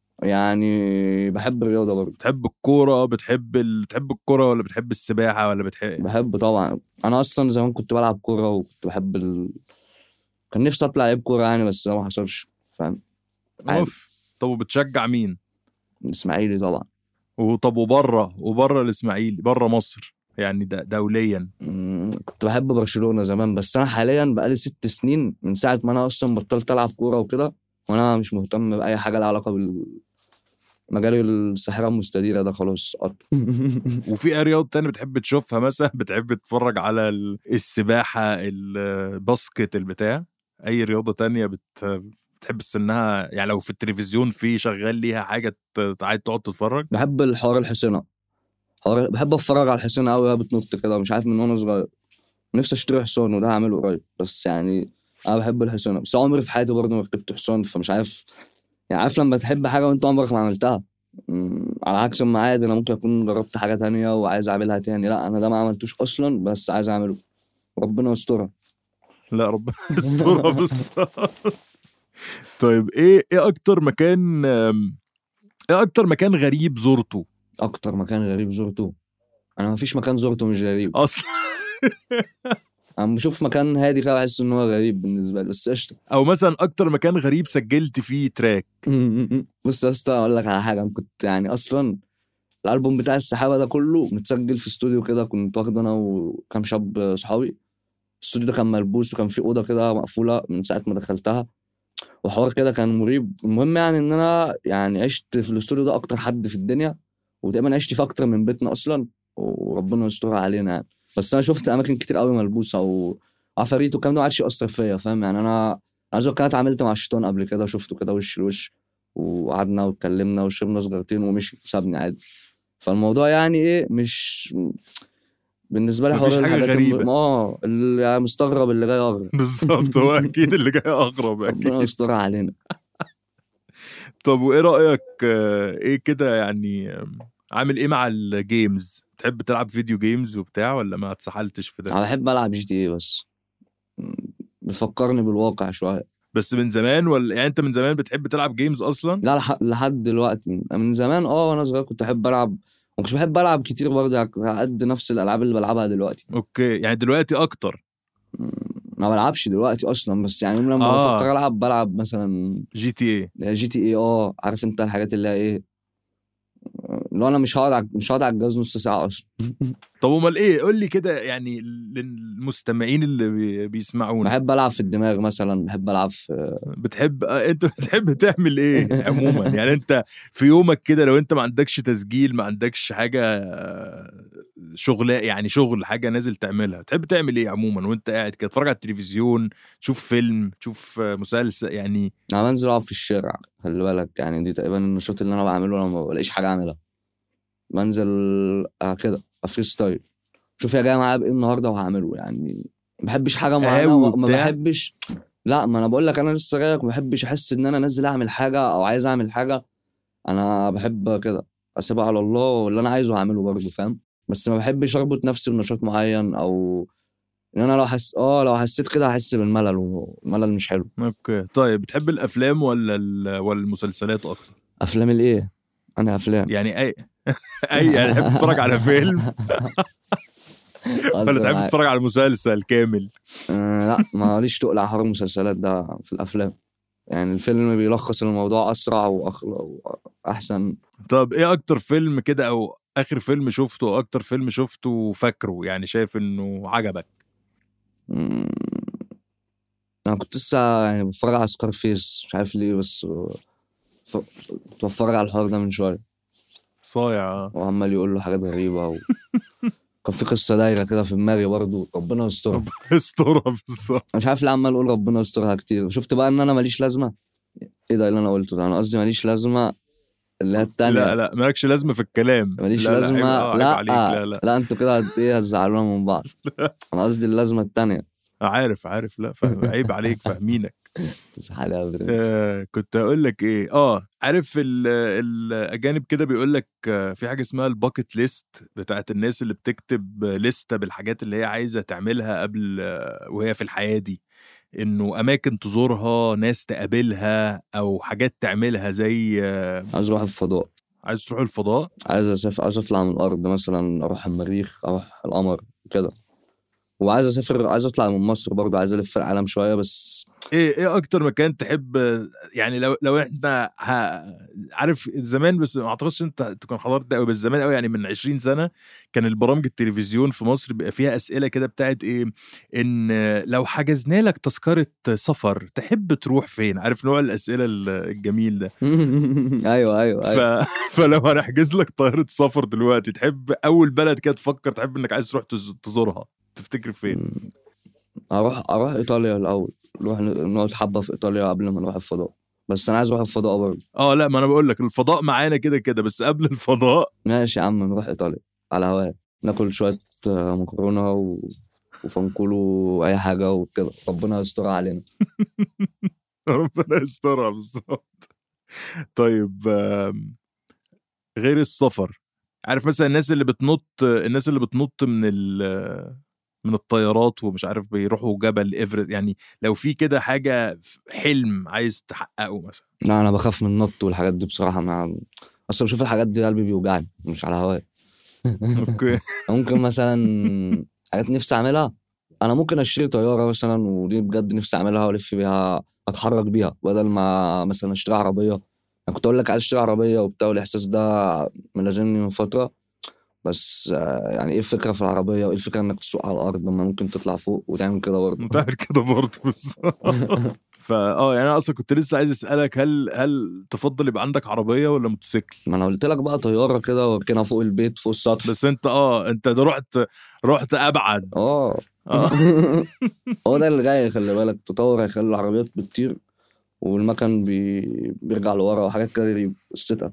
D: يعني بحب الرياضه برضه.
C: بتحب الكوره؟ بتحب ال... بتحب الكوره ولا بتحب السباحه ولا بتحب؟
D: بحب طبعا، انا اصلا زمان كنت بلعب كوره وكنت بحب ال... كان نفسي اطلع لعيب كوره يعني، بس ده ما حصلش فاهم. عادي.
C: اوف. طب وبتشجع مين؟
D: الاسماعيلي طبعا.
C: وطب وبره وبره الاسماعيلي، بره مصر يعني ده دوليا؟
D: مم، كنت بحب برشلونه زمان، بس انا حاليا بقالي ست سنين من ساعه ما انا اصلا بطلت العب كوره وكده، وانا مش مهتم باي حاجه لها علاقه بالمجال الساحره المستديره ده، خلاص قط.
C: وفي اي رياضه تانية بتحب تشوفها مثلا؟ بتحب تتفرج على ال- السباحه، الباسكت، البتاع؟ اي رياضه تانية بت بتحب انها يعني لو في التلفزيون في شغال ليها حاجه ت- عايز تقعد تتفرج؟
D: بحب الحوار الحصينه، حوار بحب اتفرج على الحصينه قوي وهي بتنط كده، مش عارف من وانا صغير نفسي اشتري حصان وده هعمله قريب، بس يعني انا بحب الحصان، بس عمري في حياتي برضه ما ركبت حصان، فمش عارف يعني. عارف لما تحب حاجه وانت عمرك ما عملتها، م، على عكس ما عادي انا ممكن اكون جربت حاجه تانية وعايز اعملها تاني، لا انا ده ما عملتوش اصلا بس عايز اعمله، ربنا يسترها.
C: لا ربنا يسترها بالظبط. طيب ايه ايه اكتر مكان آم، ايه اكتر مكان غريب زرته
D: اكتر مكان غريب زرته، انا ما فيش مكان زرته مش غريب،
C: اصلا؟
D: انا بشوف مكان هادي كده بحس ان هو غريب بالنسبه لي، بس قشطه.
C: او مثلا اكتر مكان غريب سجلت فيه تراك؟
D: بص يا اسطى اقول لك على حاجه، انا كنت يعني اصلا الالبوم بتاع السحابه ده كله متسجل في استوديو كده، كنت واخده انا وكام شاب صحابي. الاستوديو ده كان ملبوس وكان في اوضه كده مقفوله من ساعه ما دخلتها، وحوار كده كان مريب. المهم يعني ان انا يعني عشت في الاستوديو ده اكتر حد في الدنيا، وتقريبا عشت في اكتر من بيتنا اصلا، وربنا يسترها علينا يعني. بس انا شفت اماكن كتير قوي ملبوسه وعفاريت والكلام ده، ما عادش ياثر فيا فاهم يعني. انا عايز اقول لك انا اتعاملت مع الشيطان قبل كده، شفته كده وش لوش، وقعدنا واتكلمنا وشربنا سجارتين ومشي سابني عادي. فالموضوع يعني ايه، مش بالنسبه لي
C: مفيش
D: حوار
C: حاجة
D: الحاجات
C: غريبة.
D: الم... اه اللي يعني مستغرب اللي جاي اغرب.
C: بالظبط، هو اكيد اللي جاي اغرب
D: ربنا
C: اكيد.
D: يسترها علينا.
C: طب وايه رايك آه، ايه كده يعني آم، عامل ايه مع الجيمز؟ تحب تلعب فيديو جيمز وبتاع ولا ما اتسحلتش في ده؟
D: انا بحب العب جي تي اي، بس بتفكرني بالواقع شويه.
C: بس من زمان ولا يعني انت من زمان بتحب تلعب جيمز اصلا؟
D: لا لح... لحد دلوقتي من زمان اه، وانا صغير كنت احب العب، ما كنتش بحب العب كتير برضه على قد نفس الالعاب اللي بلعبها دلوقتي.
C: اوكي، يعني دلوقتي اكتر.
D: م- ما بلعبش دلوقتي اصلا، بس يعني لما
C: اه
D: بفكر العب بلعب مثلا
C: جي تي ايه.
D: جي تي اي. اه عارف انت الحاجات اللي هي ايه، لو انا مش هقعد على مش هقعد على الجهاز نص ساعه اصلا.
C: طب امال ايه؟ قول لي كده يعني للمستمعين اللي بي- بيسمعونا.
D: بحب العب في الدماغ مثلا، بحب العب في
C: بتحب آه، انت بتحب تعمل ايه عموما؟ يعني انت في يومك كده لو انت ما عندكش تسجيل، ما عندكش حاجه آه، شغل يعني شغل حاجه نازل تعملها، تحب تعمل ايه عموما وانت قاعد كده؟ تتفرج على التلفزيون، تشوف فيلم، تشوف آه، مسلسل يعني؟
D: انا بنزل العب في الشارع، خلي بالك يعني دي تقريبا النشاط اللي انا بعمله لما ما بلاقيش حاجه اعملها. بنزل آه كده افري ستايل، شوف يا جاي معايا بايه النهارده وهعمله يعني. ما بحبش حاجه معينه
C: قهاوي
D: وما
C: وبتاع؟
D: بحبش. لا ما انا بقول لك انا لسه جايك، ما بحبش احس ان انا نازل اعمل حاجه او عايز اعمل حاجه. انا بحب كده اسيبها على الله، واللي انا عايزه هعمله برضه فاهم. بس ما بحبش اربط نفسي بنشاط معين، او ان انا لو حس اه لو حسيت كده هحس بالملل، والملل مش حلو.
C: اوكي طيب، بتحب الافلام ولا ال- ولا المسلسلات اكتر؟
D: افلام الايه؟ انا افلام
C: يعني اي اي يعني تحب تتفرج على فيلم ولا
D: أهزر
C: تحب
D: معاك.
C: تتفرج على مسلسل كامل؟
D: آه لا ماليش تقل على حوار المسلسلات ده في الافلام، يعني الفيلم بيلخص الموضوع اسرع وأخ- واحسن.
C: طب ايه اكتر فيلم كده او اخر فيلم شفته او اكتر فيلم شفته فاكره يعني شايف انه عجبك؟
D: مم، انا كنت لسه يعني بتفرج على سكار فيس، مش عارف ليه بس ف... كنت بتفرج على الحوار ده من شويه،
C: صايع آه.
D: وعمال يقول له حاجات غريبه و... كان في قصه دايره كده في دماغي برضه، ربنا يسترها.
C: استرها بالظبط.
D: مش عارف ليه عمال اقول ربنا يسترها كتير. شفت بقى ان انا ماليش لازمه. ايه ده اللي انا قلته ده؟ انا قصدي ماليش لازمه اللي هي التانية.
C: لا لا مالكش لازمه في الكلام.
D: ماليش
C: لا لا عيب،
D: لازمه.
C: اه عيب
D: لا
C: عليك. لا لا
D: لا انتوا كده هت- ايه هتزعلونا من بعض. انا قصدي اللازمه التانية.
C: عارف عارف. لا فاهم، عيب عليك، فاهمينك.
D: تزعل يا برنس.
C: آه كنت هقول لك ايه، اه عارف ال- الاجانب كده بيقول لك آه، في حاجه اسمها الباكت ليست بتاعت الناس اللي بتكتب لستة بالحاجات اللي هي عايزه تعملها قبل آه، وهي في الحياه دي، انه اماكن تزورها، ناس تقابلها، او حاجات تعملها زي آه،
D: عايز اروح الفضاء،
C: عايز تروح الفضاء.
D: عايز اسافر، عايز اطلع من الارض مثلا، اروح المريخ، اروح القمر كده. وعايز اسافر، عايز اطلع من مصر برضه، عايز الف العالم شويه بس.
C: ايه ايه اكتر مكان تحب يعني؟ لو لو احنا ها عارف زمان، بس ما اعتقدش انت تكون حضرت ده قوي، بس زمان قوي يعني من عشرين سنه كان البرامج التلفزيون في مصر بيبقى فيها اسئله كده بتاعت ايه، ان لو حجزنا لك تذكره سفر تحب تروح فين؟ عارف نوع الاسئله الجميل ده؟
D: ايوه ايوه
C: ف...
D: ايوه.
C: فلو هنحجز لك طياره سفر دلوقتي، تحب اول بلد كده تفكر تحب انك عايز تروح تز- تزورها، تفتكر فين؟
D: اروح اروح ايطاليا الاول، نروح نقعد حبه في ايطاليا قبل ما نروح الفضاء. بس انا عايز اروح الفضاء برضه.
C: اه لا، ما انا بقول لك الفضاء معانا كده كده، بس قبل الفضاء
D: ماشي يا عم نروح ايطاليا على هواي، ناكل شويه آه، مكرونه و... وفنكله اي حاجه وكده. ربنا يستر علينا.
C: ربنا يسترها بالظبط. طيب غير السفر، عارف مثلا الناس اللي بتنط الناس اللي بتنط من من الطيارات ومش عارف بيروحوا جبل ايفرست، يعني لو في كده حاجه حلم عايز تحققه مثلا؟
D: لا انا بخاف من النط والحاجات دي بصراحه، مع اصلا بشوف الحاجات دي قلبي بيوجعني مش على هواي.
C: اوكي.
D: ممكن مثلا حاجات نفسي اعملها، انا ممكن اشتري طياره مثلا، ودي بجد نفسي اعملها والف بيها اتحرك بيها، بدل ما مثلا اشتري عربيه. انا كنت اقول لك عايز اشتري عربيه وبتاع، والاحساس ده ملازمني من فتره، بس يعني ايه الفكره في العربيه وايه الفكره انك تسوق على الارض لما ممكن تطلع فوق وتعمل كده برضه.
C: تعمل كده برضه بالظبط. فا اه يعني انا اصلا كنت لسه عايز اسالك، هل هل تفضل يبقى عندك عربيه ولا موتوسيكل؟
D: ما انا قلت لك بقى طياره كده واركنها فوق البيت فوق السطح.
C: بس انت اه انت ده رحت رحت ابعد.
D: اه هو ده اللي جاي، خلي بالك التطور هيخلي العربيات بتطير والمكن بي... بيرجع لورا وحاجات كده غريبه قصتها.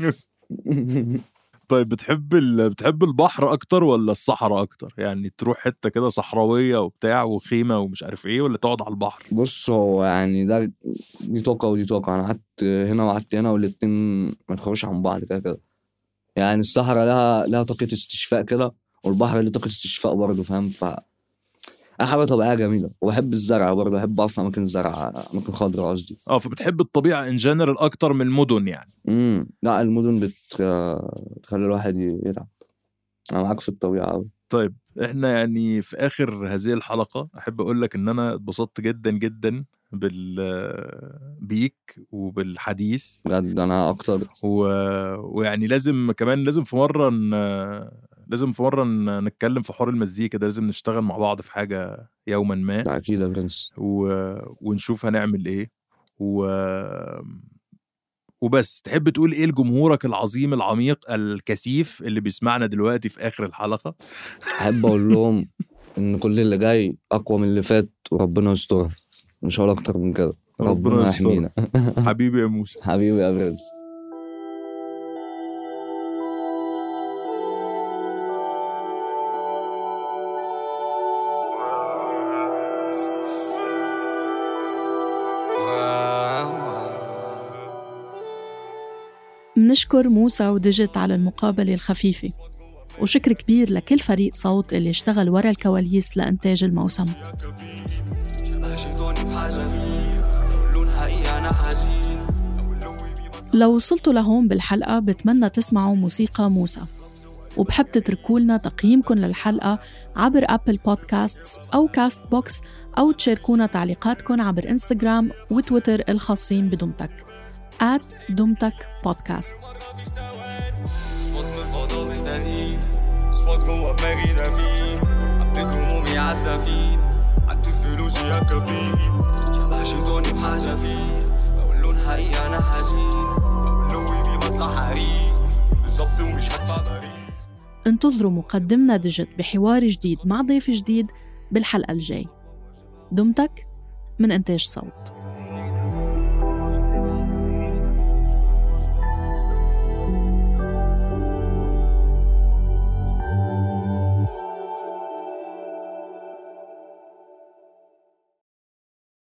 C: طيب بتحب ال... بتحب البحر اكتر ولا الصحراء اكتر؟ يعني تروح حته كده صحراويه وبتاع وخيمه ومش عارف ايه، ولا تقعد على البحر؟
D: بص هو يعني ده دي طاقه ودي طاقه، انا قعدت هنا وقعدت هنا والاتنين ما تخافوش عن بعض كده كده. يعني الصحراء لها لها طاقه استشفاء كده، والبحر له طاقه استشفاء برضه، فاهم؟ ف حاجه طبيعيه جميله، وبحب الزرع برضه، بحب اقف في اماكن زرع، اماكن خضراء قصدي.
C: اه فبتحب الطبيعه ان جنرال اكتر من المدن يعني؟
D: امم لا المدن بت... بتخلي الواحد يتعب. انا معاك في الطبيعه قوي.
C: طيب احنا يعني في اخر هذه الحلقه احب اقول لك ان انا اتبسطت جدا جدا بال بيك وبالحديث
D: بجد انا اكتر.
C: و... ويعني لازم كمان لازم في مره ن... لازم في مره ن... نتكلم في حوار المزيكا ده، لازم نشتغل مع بعض في حاجه يوما ما.
D: ده اكيد يا برنس.
C: و... ونشوف هنعمل ايه. و... وبس تحب تقول ايه لجمهورك العظيم العميق الكثيف اللي بيسمعنا دلوقتي في اخر الحلقه؟
D: احب اقول لهم ان كل اللي جاي اقوى من اللي فات، وربنا يسترها، مش هقول اكتر من كده. ربنا يحمينا.
C: حبيبي يا موسى.
D: حبيبي يا برنس.
A: منشكر موسى وديجيت على المقابلة الخفيفة، وشكر كبير لكل فريق صوت اللي اشتغل ورا الكواليس لإنتاج الموسم. لو وصلتوا لهون بالحلقة بتمنى تسمعوا موسيقى موسى، وبحب تتركولنا تقييمكم للحلقة عبر أبل بودكاستس أو كاست بوكس، أو تشاركونا تعليقاتكم عبر إنستغرام وتويتر الخاصين بدمتك آت دمتك بودكاست.
B: صوت مفضل من دليل، صوت جوا دماغي دفين، حبيت همومي عالسفين، عدي فلوسي يا كفيل، شبه شيطاني بحذافير، بقول لون حقيقي أنا حزين، بقول لون ويبي بطلع حريق بالظبط ومش هدفع بريد.
A: انتظروا مقدمنا ديجيت بحوار جديد مع ضيف جديد بالحلقة الجاي. دمتك من إنتاج صوت.